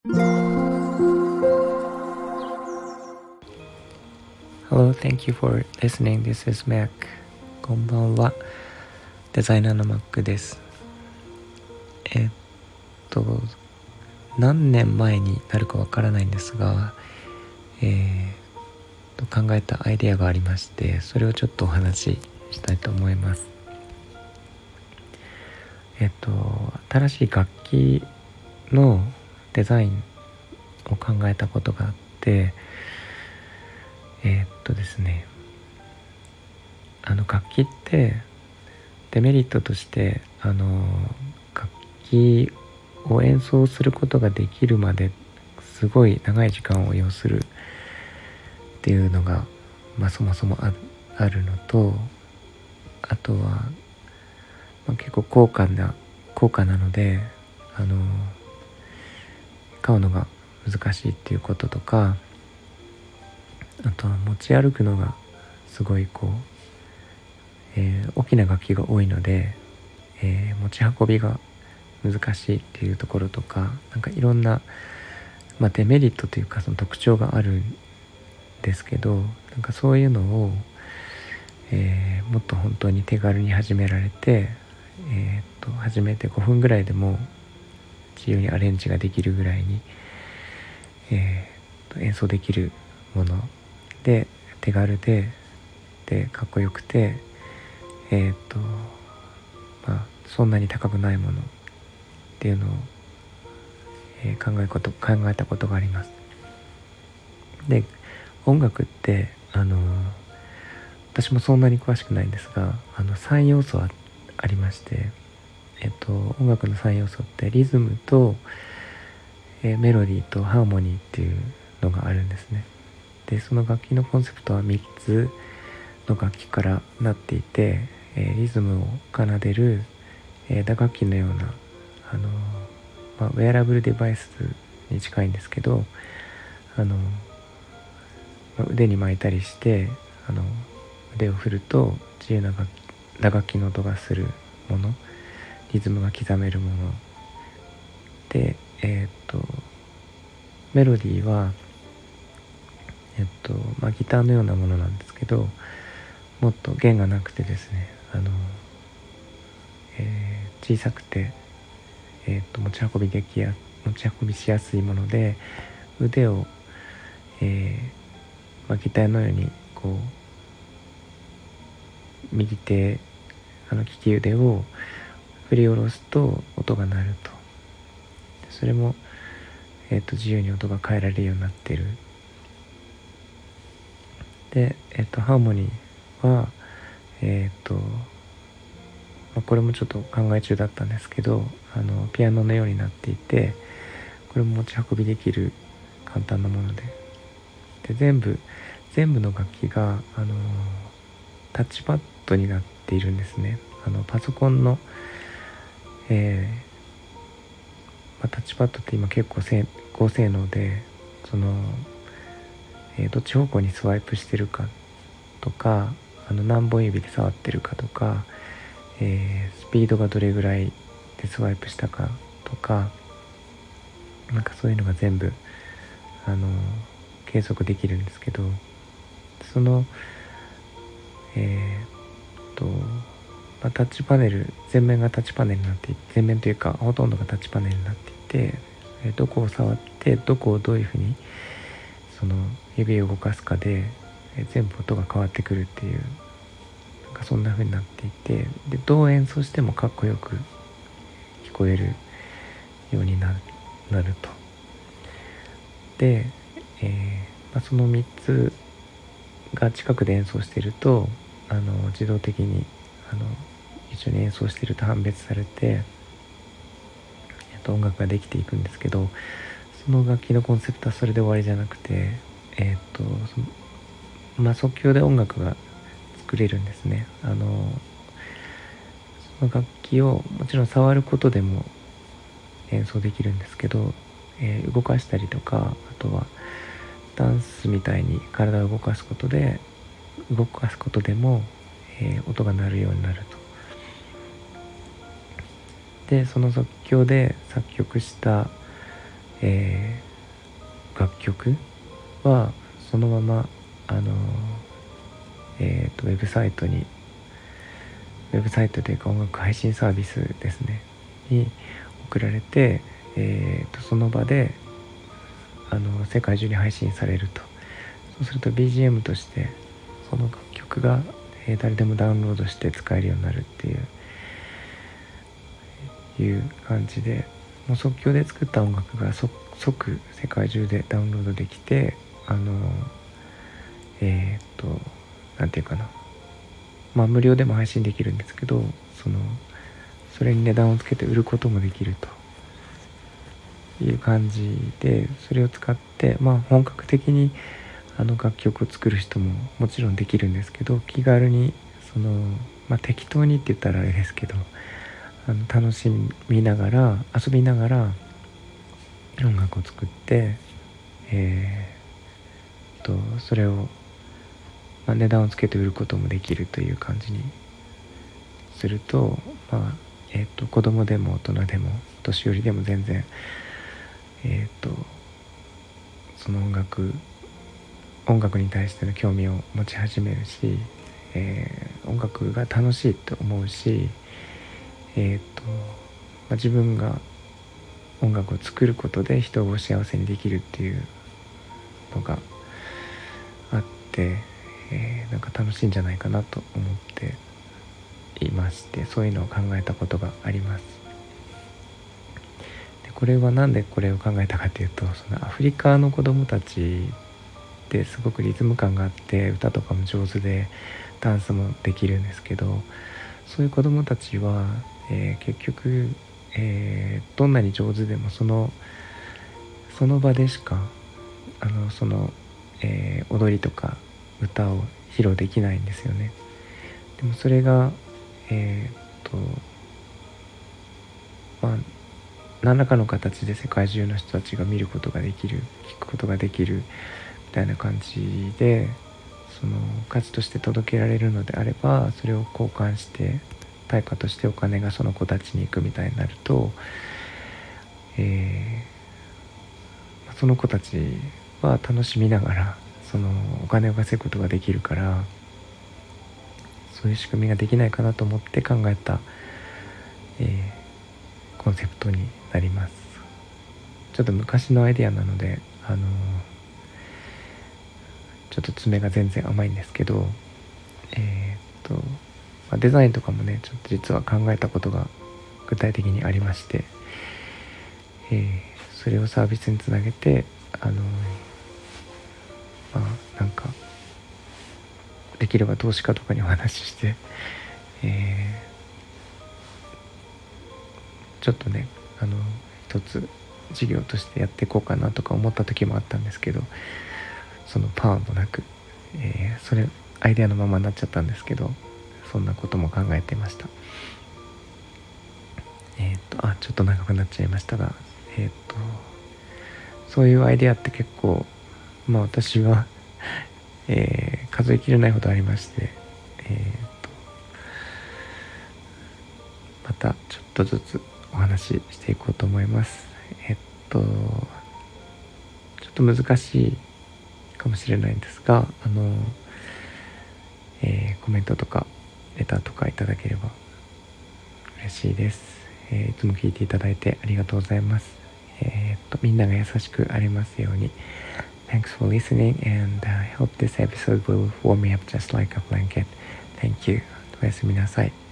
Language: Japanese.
Hello, thank you for listening. This is Mac. こんばんは。デザイナーの Mac です。何年前になるかわからないんですが、考えたアイデアがありまして、それをちょっとお話ししたいと思います。新しい楽器のデザインを考えたことがあって、ですね、楽器ってデメリットとして楽器を演奏することができるまですごい長い時間を要するっていうのが、そもそもあるのと、あとは、結構高価なので買うのが難しいっていうこととか、あとは持ち歩くのがすごい大きな楽器が多いので、持ち運びが難しいっていうところとか、いろんな、デメリットというかその特徴があるんですけど、そういうのを、もっと本当に手軽に始められて、始めて5分ぐらいでも自由にアレンジができるぐらいに、演奏できるもので、手軽でかっこよくて、そんなに高くないものっていうのを、考えたことがあります。で、音楽って私もそんなに詳しくないんですが、3要素ありまして、音楽の3要素ってリズムと、メロディーとハーモニーっていうのがあるんですね。で、その楽器のコンセプトは3つの楽器からなっていて、リズムを奏でる、打楽器のようなウェアラブルデバイスに近いんですけど、腕に巻いたりして腕を振ると自由な打楽器の音がするもの、リズムが刻めるもので、メロディーはギターのようなものなんですけど、もっと弦がなくてですね、小さくて、持ち運びしやすいもので、腕を、ギターのように右手利き腕を振り下ろすと音が鳴ると。それも、自由に音が変えられるようになっている。で、ハーモニーはこれもちょっと考え中だったんですけど、ピアノのようになっていて、これも持ち運びできる簡単なもので、全部の楽器がタッチパッドになっているんですね。パソコンの、タッチパッドって今結構高性能で、どっち方向にスワイプしてるかとか、何本指で触ってるかとか、スピードがどれぐらいでスワイプしたかとか、そういうのが全部計測できるんですけど、そのタッチパネル、全面がタッチパネルになっていて、全面というかほとんどがタッチパネルになっていて、どこを触ってどこをどういうふうにその指を動かすかで、全部音が変わってくるっていう、そんな風になっていて、でどう演奏してもかっこよく聞こえるようになると。で、その3つが近くで演奏していると自動的に一緒に演奏していると判別されて、音楽ができていくんですけど、その楽器のコンセプトはそれで終わりじゃなくて、即興で音楽が作れるんですね。その楽器をもちろん触ることでも演奏できるんですけど、動かしたりとか、あとはダンスみたいに体を動かすことでも、音が鳴るようになると。でその即興で作曲した、 楽曲はそのままウェブサイトというか音楽配信サービスですねに送られて、その場で世界中に配信されると。そうすると BGM としてその楽曲が、誰でもダウンロードして使えるようになるっていう感じで、もう即興で作った音楽が即世界中でダウンロードできて、なんていうかな、無料でも配信できるんですけど、それに値段をつけて売ることもできるという感じで、それを使って本格的に楽曲を作る人ももちろんできるんですけど、気軽に適当にって言ったらあれですけど、楽しみながら遊びながら音楽を作って、それを、値段をつけて売ることもできるという感じにすると、子供でも大人でもお年寄りでも全然、その音楽に対しての興味を持ち始めるし、音楽が楽しいと思うし、自分が音楽を作ることで人を幸せにできるっていうのがあって、なんか楽しいんじゃないかなと思っていまして、そういうのを考えたことがあります。でこれはなんでこれを考えたかというと、そのアフリカの子どもたちってすごくリズム感があって歌とかも上手でダンスもできるんですけど、そういう子どもたちは、結局、どんなに上手でもその場でしか踊りとか歌を披露できないんですよね。でもそれが何らかの形で世界中の人たちが見ることができる、聞くことができるみたいな感じで、その価値として届けられるのであれば、それを交換して対価としてお金がその子たちに行くみたいになると、その子たちは楽しみながらそのお金を稼ぐことができるから、そういう仕組みができないかなと思って考えた、コンセプトになります。ちょっと昔のアイデアなのでちょっと爪が全然甘いんですけど、デザインとかもねちょっと実は考えたことが具体的にありまして、それをサービスにつなげてなんかできれば投資家とかにお話しして、ちょっとね一つ事業としてやっていこうかなとか思った時もあったんですけど、そのパワーもなく、それアイデアのままになっちゃったんですけど、そんなことも考えてました。ちょっと長くなっちゃいましたが、そういうアイデアって結構私は、数えきれないほどありまして、またちょっとずつお話ししていこうと思います。ちょっと難しいかもしれないんですが、コメントとかレターとかいただければ嬉しいです。いつも聞いていただいてありがとうございます。みんなが優しくありますように。Thanks for listening, and I hope this episode will warm me up just like a blanket. Thank you. おやすみなさい。